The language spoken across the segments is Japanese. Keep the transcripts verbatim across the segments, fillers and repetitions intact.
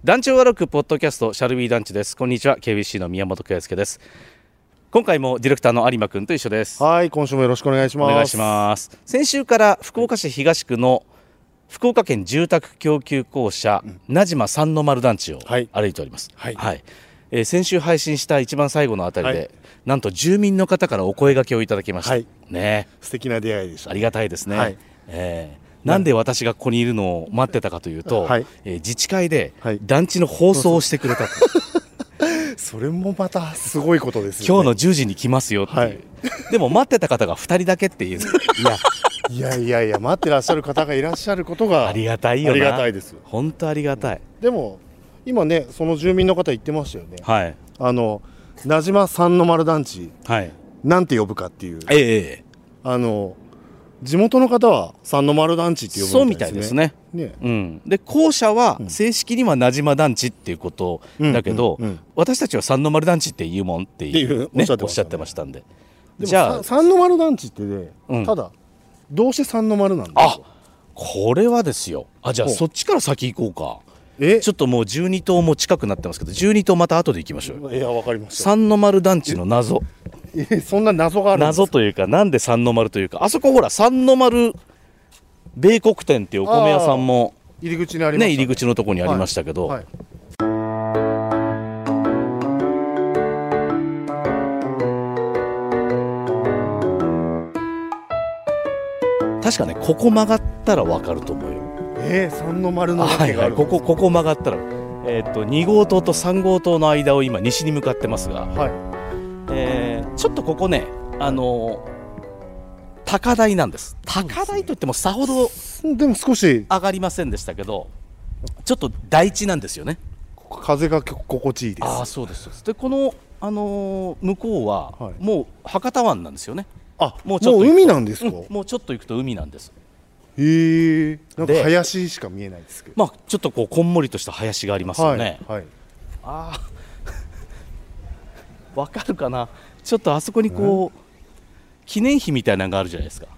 団地を歩くポッドキャストシャルビー団地です。こんにちは、 ケービーシー の宮本圭介です。今回もディレクターの有馬くんと一緒です。 はい、今週もよろしくお願いします。 お願いします。先週から福岡市東区の福岡県住宅供給公社、うん、名島三の丸団地を歩いております。はいはい、えー、先週配信した一番最後のあたりで、はい、なんと住民の方からお声掛けをいただきました、はいね、 素敵な出会いでした、ね、 ありがたいですね。はい、えーなんで私がここにいるのを待ってたかというと、はい、えー、自治会で団地の放送をしてくれたと、 はい、それもまたすごいことですよね。 今日のじゅうじに来ますよっていう、はい、でも待ってた方がふたりだけっていういやいやいやいや待ってらっしゃる方がいらっしゃることがありがたいよな。 ありがたいです。 本当ありがたい。 でも今ね、その住民の方言ってましたよね。 はい、 あの名島三の丸団地、はい、なんて呼ぶかっていう、ええ、あの地元の方は三の丸団地って呼ぶみたいですね。 そうみたいですね。ね、うん、で校舎は正式には名島団地っていうことだけど、うんうんうん、私たちは三の丸団地って言うもんっていう、ね、おっしゃってましたんで。 でもじゃあ三の丸団地ってね、うん、ただどうして三の丸なんですか。 あ、これはですよ。あ、じゃあそっちから先行こうか。えちょっともうじゅうに棟も近くなってますけど、じゅうに棟また後で行きましょう。 いや、わかりました。 三の丸団地の謎。 えそんな謎があるんですか。 謎というか、なんで三の丸というか、あそこほら三の丸米国店っていうお米屋さんも入り口にありましたね。 ね、入り口のところにありましたけど、はいはい、確かね、ここ曲がったら分かると思うよ。 えー、三の丸の訳があるんですか。はいはい、ここここ曲がったら、えー、とに号棟とさん号棟の間を今西に向かってますが、はい、えー、ちょっとここね、あのー、高台なんです。高台といってもさほどでも少し上がりませんでしたけど、ちょっと台地なんですよね。 風が心地いいです。 あ、そうです。でこの、あのー、向こうは、はい、もう博多湾なんですよね。 あ、もうちょっともう海なんですか。うん、 もうちょっと行くと海なんです。 へえ、なんか林しか見えないですけど、 まあ、ちょっとこうこんもりとした林がありますよね。はいはい、ああわかるかな。ちょっとあそこにこう記念碑みたいなのがあるじゃないですか。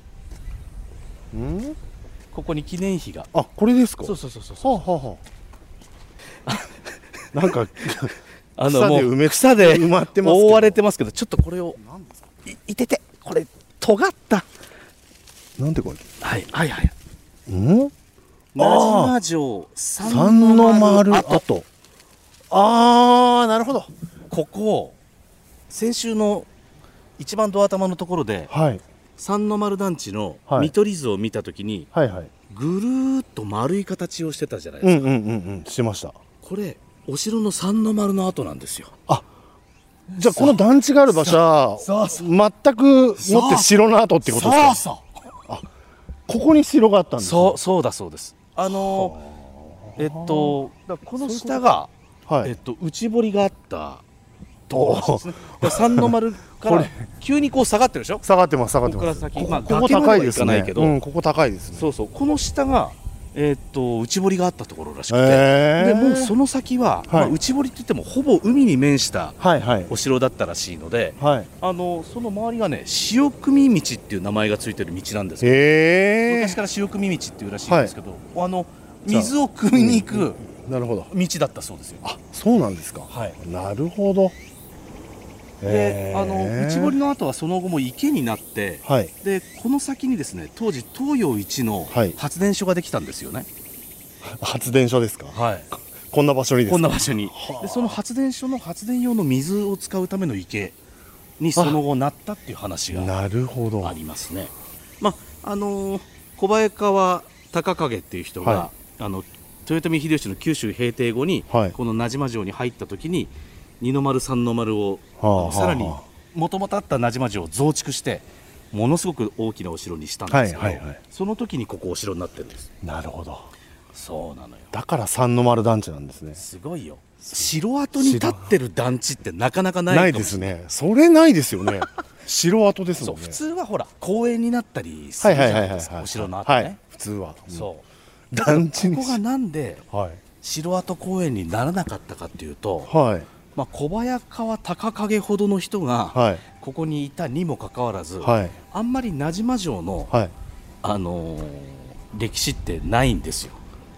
んここに記念碑が。 あ、これですか。 そうそうそうそうそう。はあはあ、なんかあのもう草で埋まってます覆われてますけど、ちょっとこれをい, いててこれ尖ったなんてこれ。 はいはいはい。 ん？ 名島城三の丸跡。ああ、なるほど。 ここ先週の一番ドア頭のところで、はい、三の丸団地の見取り図を見たときに、はいはいはい、ぐるーっと丸い形をしてたじゃないですか。 うんうんうんうん、してました。 これお城の三の丸の跡なんですよ。 あ、じゃあこの団地がある場所は全くもって城の跡ってことですか。そうそう、あ、ここに城があったんです、ね、 そうそうだそうです。あのー、えっとこの下がはい、えっと、内堀があったところですね。三の丸から急にこう下がってるでしょ。 下がってます、下がってます。 ここから先、まあ、 ここ高いですね。 うん、 ここ高いですね。 そうそう、この下が、えー、っと内堀があったところらしくて、でもうその先は、はい、まあ、内堀って言ってもほぼ海に面したお城だったらしいので、はいはい、あのその周りがね、潮汲道っていう名前がついてる道なんですよ。昔から潮汲道っていうらしいんですけど、はい、あの水を汲みに行くなるほど道だったそうですよ。 あ、そうなんですか。はい、なるほど。 で、あの内堀の後はその後も池になって、はい、でこの先にですね、当時東洋一の発電所ができたんですよね。 はい、発電所ですか。はい、こんな場所にですか。 こんな場所に。でその発電所の発電用の水を使うための池にその後なったっていう話がありますね。まああのー、小早川隆景っていう人が、はい、あの豊臣秀吉の九州平定後に、はい、この名島城に入った時に二の丸三の丸を、はあ、さらにもともとあった名島城を増築してものすごく大きなお城にしたんですけど、はいはいはい、その時にここお城になってるんです。 なるほど。 そうなのよ。 だから三の丸団地なんですね。 すごいよ。城跡に立ってる団地ってなかなかないかもしれない。 ないですね。それないですよね。城跡ですもんね。 そう、普通はほら公園になったりするじゃないですか、お城の後ね、はい、 普通は、 うん、そう団地にここがなんで城跡公園にならなかったかっていうと、はい、まあ、小早川隆景ほどの人がここにいたにもかかわらず、はい、あんまり名島城の、はい、あのー、歴史ってないんですよ。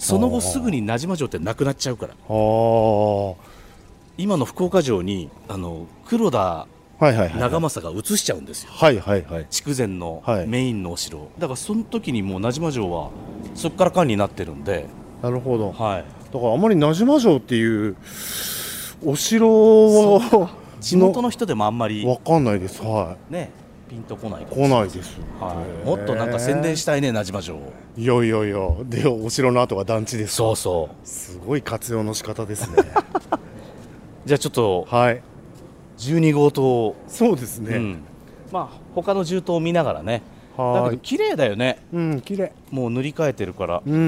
その後すぐに名島城ってなくなっちゃうから。今の福岡城にあの黒田長政が移しちゃうんですよ、 はいはいはい、 筑前のメインのお城、はい、だからその時にもう名島城はそこから管になってるんで。 なるほど、 はい、 だからあまり名島城っていうお城を地元の人でもあんまり分かんないです、はいね、ピンとこないかもしれない。来ないです、 はい、もっとなんか宣伝したいね、名島城。 いやいやいや、でお城の後が団地です。 そうそう、 すごい活用の仕方ですねじゃあちょっと、 はい、 じゅうに号棟、 そうですね、うん、 まあ他の銃棟を見ながらね。 はい、 だけど綺麗だよね。 うん、綺麗。 もう塗り替えてるから、 うんうん、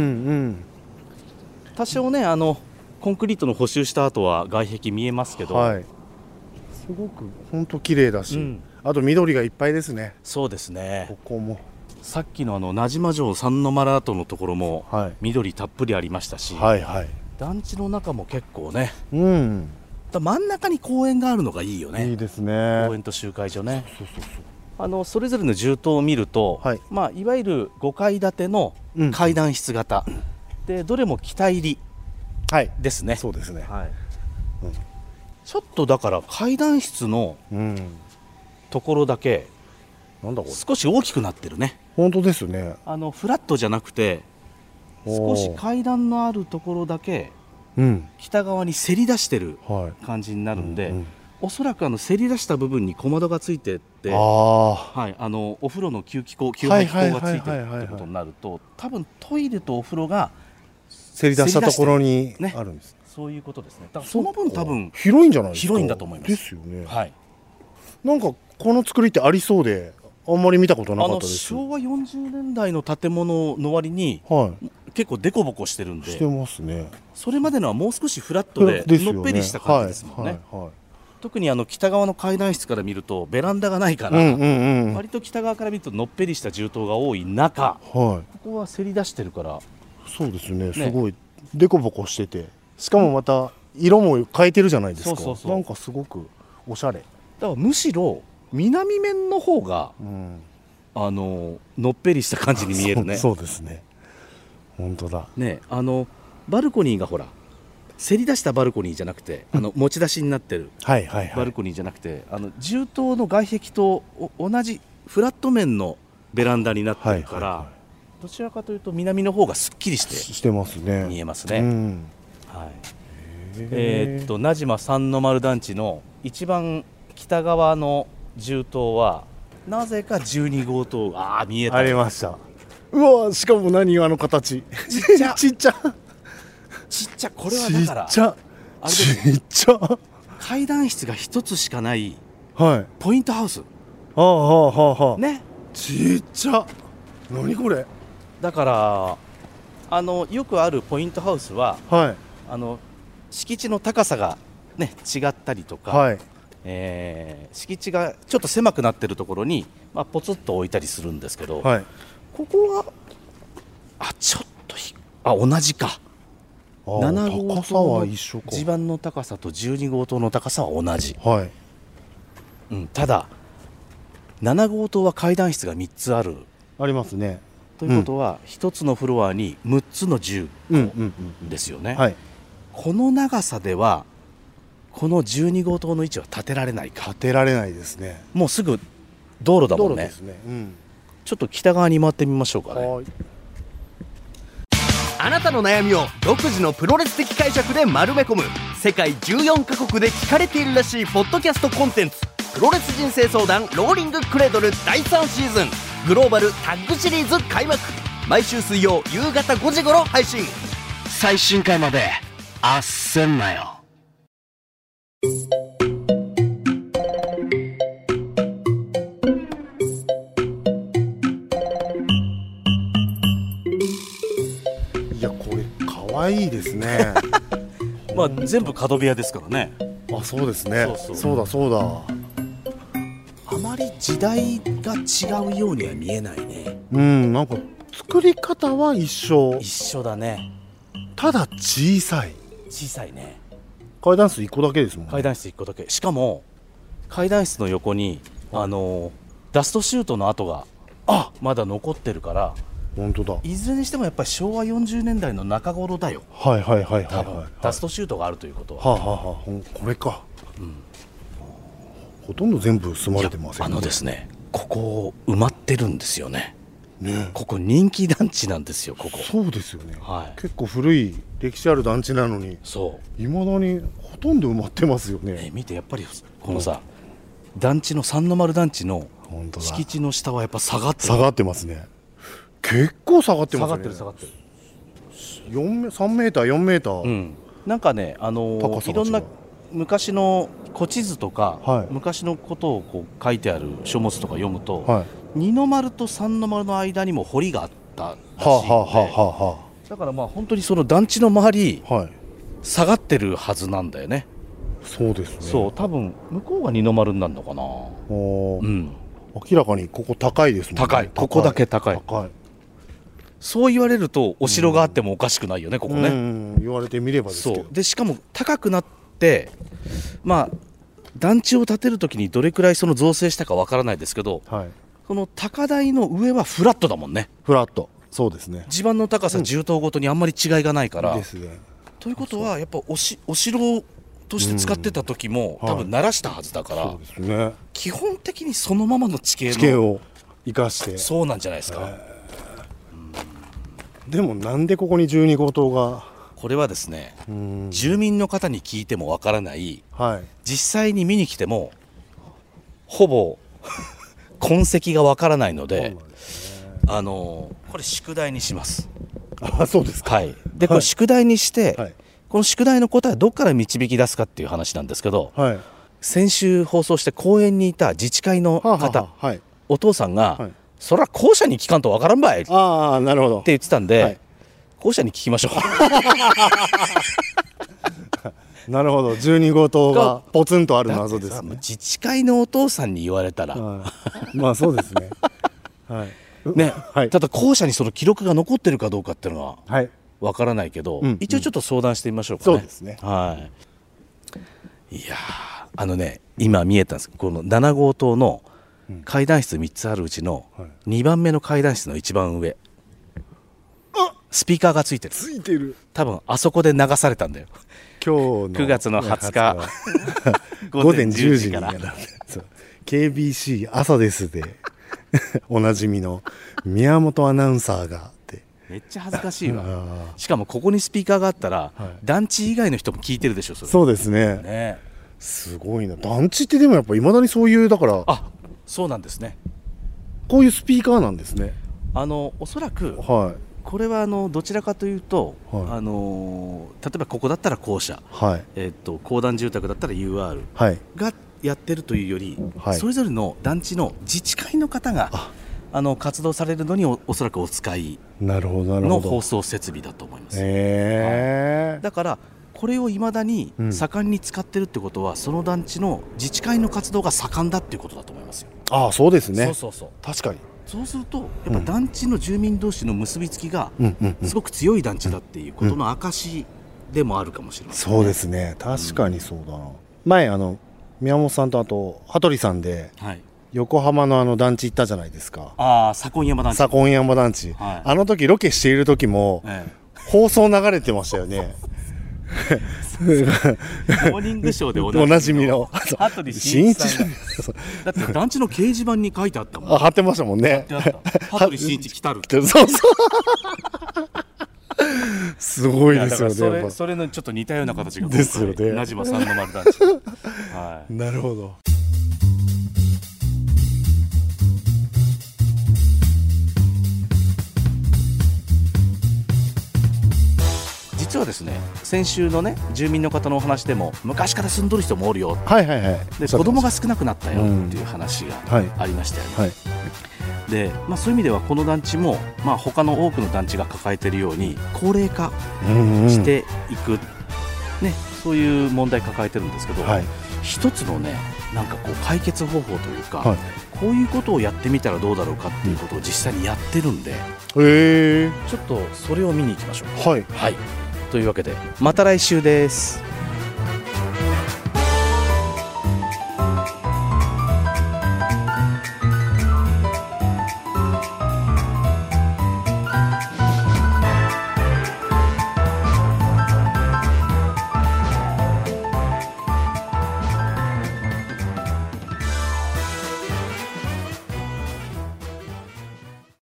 多少ね、あのコンクリートの補修した後は外壁見えますけど、 はい、すごく本当綺麗だし、うん、あと緑がいっぱいですね。 そうですね、 ここもさっきのあの名島城三の丸跡のところも緑たっぷりありましたし、 はいはい、 団地の中も結構ね、 うん、 だ真ん中に公園があるのがいいよね。 いいですね、 公園と集会所ね。 そうそうそうそう、 あのそれぞれの銃棟を見ると、はい、まあ、いわゆるごかい建ての階段室型、うん、でどれも北入りですね、 はい、そうですね、はい、 うん、ちょっとだから階段室のところだけ、 うん、なんだこれ少し大きくなってるね。 本当ですね。 あのフラットじゃなくて少し階段のあるところだけ北側にせり出してる感じになるんで、うんうん、おそらくあのせり出した部分に小窓がついてって、あ、はい、あのお風呂の吸気口、吸排気口がついてるってことになると、多分トイレとお風呂がせり出したところにあるんです、 ね、そういうことですね。だからその分多分広いんじゃないですか。 広いんだと思います。 ですよね、 はい、 なんかこの作りってありそうであんまり見たことなかったです。 あの昭和よんじゅうねんだいの建物の割に、はい、結構デコボコしてるんで、 してますね。 それまでのはもう少しフラットでのっぺりした感じですもんね。はいはいはい、特にあの北側の階段室から見るとベランダがないから、うんうんうん、割と北側から見るとのっぺりした銃棟が多い中、はい、ここはせり出してるから、 そうですね、すごいデコボコしてて、しかもまた色も変えてるじゃないですか。そうそうそう、なんかすごくおしゃれだから、むしろ南面の方が、うん、あののっぺりした感じに見えるね。 そう、そうですね、本当だね。あのバルコニーがほらせり出したバルコニーじゃなくて、あの持ち出しになってるバルコニーじゃなくて、あの銃棟の外壁と同じフラット面のベランダになってるから、はいはいはい、どちらかというと南の方がすっきりしてしてますね。 見えますね。うん、はい、えー、っと名島三の丸団地の一番北側の銃棟はなぜかじゅうに号棟、ああ見えた、 ありました。うわ、しかも何あの形、 ちっちゃちっちゃちっちゃ、これはだからちっちゃあれちっちゃ階段室が一つしかない、 はい、 ポイントハウス、 はあはあはあはあ、 ね、 ちっちゃ、何これ。 だからあのよくあるポイントハウスは、はい、あの敷地の高さがね違ったりとか、はい、えー、敷地がちょっと狭くなってるところに、まあ、ポツッと置いたりするんですけど、はい、ここはあちょっとひあ同じか、なな号棟の地盤の高さとじゅうに号棟の高さは同じ、はい、うん、ただなな号棟は階段室がみっつあるありますね。 ということは、うん、ひとつのフロアにむっつの銃ですよね。この長さではこのじゅうに号棟の位置は建てられないか。 建てられないですね。 もうすぐ道路だもんね。 道路ですね、うん、 ちょっと北側に回ってみましょうかね。 はい、 あなたの悩みを独自のプロレス的解釈で丸め込む世界じゅうよんカ国で聞かれているらしいポッドキャストコンテンツ、プロレス人生相談ローリングクレードルだいさんシーズングローバルタッグシリーズ開幕。毎週水曜夕方ごじ頃配信。最新回まであっせんなよ。 いや、これかわいいですねまあ全部角部屋ですからね。 あ、そうですね。そうそう、そうだそうだ。 あまり時代が違うようには見えないね。 うん、なんか作り方は一緒一緒だね。 ただ小さい小さいね。 階段室いっこだけですもんね。 階段室いっこだけ。しかも階段室の横にあのダストシュートの跡があまだ残ってるから、 本当だ。 いずれにしてもやっぱりしょうわよんじゅうねんだいの中頃だよ。 はいはいはいはい、はい、 多分ダストシュートがあるということは、 はあはあはあ、これか、うん、ほとんど全部住まれてますよね。 あのですね、ここ埋まってるんですよね。ね、ここ人気団地なんですよ。ここそうですよね、 はい、 結構古い歴史ある団地なのに、そういまだにほとんど埋まってますよね。 え見て、やっぱりこのさ、うん、団地の三の丸団地の敷地の下はやっぱ下がってる。 下がってますね。結構下がってますね。 下がってる下がってる。 よんメさんメーターよんメーター、うん、 なんかね、あのー、いろんな昔の古地図とか、はい、昔のことをこう書いてある書物とか読むと、はい、にの丸とさんの丸の間にも堀があったらしいので、はあはあはあ、だからまあ本当にその団地の周り、はい、下がってるはずなんだよね。 そうですね。 そう、多分向こうがにの丸になるのかな。お、 うん、明らかにここ高いですもんね。 高い、ここだけ高い。高い。そう言われるとお城があってもおかしくないよね、うん、ここね。うん、 言われてみればですけど。 そうで、しかも高くなって、まあ団地を建てるときにどれくらいその造成したかわからないですけど、はい、その高台の上はフラットだもんね。 フラット、そうですね。 地盤の高さ、じゅう棟ごとにあんまり違いがないから。ですね。ということはやっぱおしお城として使ってた時も、うん、多分慣らしたはずだから、はい、そうですね、基本的にそのままの地形の地形を生かして、 そうなんじゃないですか。 でもなんでここにじゅうにごうとうが。 これはですね、住民の方に聞いてもわからない、はい、実際に見に来てもほぼ痕跡がわからないので、ね、あのこれ宿題にします。 あ、そうですか。 はい、でこれ宿題にして、はい、この宿題の答えをどこから導き出すかっていう話なんですけど、はい、先週放送して公園にいた自治会の方、はあはあ、はい、お父さんが、はい、そりゃ校舎に聞かんとわからんばい、 あ、なるほどって言ってたんで、はい、校舎に聞きましょう。なるほど、じゅうにごうとうがポツンとある謎ですね。 自治会のお父さんに言われたら、 はい、まあそうですね。はいね、はい、ただ校舎にその記録が残ってるかどうかっていうのはわからないけど、はい、一応ちょっと相談してみましょうかね。 そうですね。 はい。いやあのね、今見えたんですけど、このななごうとうの階段室みっつあるうちのにばんめの階段室の一番上、スピーカーがついてる。 ついてる。 多分あそこで流されたんだよ。 今日のくがつのはつかごぜんじゅうじからケービーシー 朝ですでおなじみの宮本アナウンサーがって、 めっちゃ恥ずかしいわ。しかもここにスピーカーがあったら、はい、団地以外の人も聞いてるでしょ。それそうです ね, ねすごいな。団地ってでもやっぱいまだにそういう、だから、 あ、そうなんですね。 こういうスピーカーなんですね。 あのおそらく、はい、これはあのどちらかというと、はい、あの例えばここだったら校舎、はい、えー、と公団住宅だったら ユーアール がやってるというより、はい、それぞれの団地の自治会の方がああの活動されるのに お, おそらくお使いの放送設備だと思います。へー、はい、だからこれをいまだに盛んに使ってるってことは、うん、その団地の自治会の活動が盛んだっていうことだと思いますよ。 ああ、そうですね。 そうそうそう、 確かに。 そうするとやっぱ団地の住民同士の結びつきがすごく強い団地だっていうことの証でもあるかもしれませんね。 そうですね、確かにそうだな、うん、前あの宮本さんとあと羽鳥さんで、はい、横浜のあの団地行ったじゃないですか。 ああ、左近山団地。 左近山団地、はい、あの時ロケしている時も、ええ、放送流れてましたよね。 モーニングショーでおなじみの羽鳥慎一さんだって団地の掲示板に書いてあったもん。 あ、貼ってましたもんね。 羽鳥慎一来たるって。 そうそうすごいですよね。 それ、それのちょっと似たような形が今回名島三の丸団地、はい、 なるほど。 実はですね、先週のね住民の方のお話でも昔から住んどる人もおるよ、 はいはいはい、 で子供が少なくなったよっていう話がありましたよね、うん、はい、でまあ、そういう意味ではこの団地も、まあ、他の多くの団地が抱えているように高齢化していく、うんうん、ね、そういう問題抱えてるんですけど、はい、一つのねなんかこう解決方法というか、はい、こういうことをやってみたらどうだろうかっていうことを実際にやってるんで、 うん、へー、 ちょっとそれを見に行きましょう。 はい、 はい、というわけでまた来週です。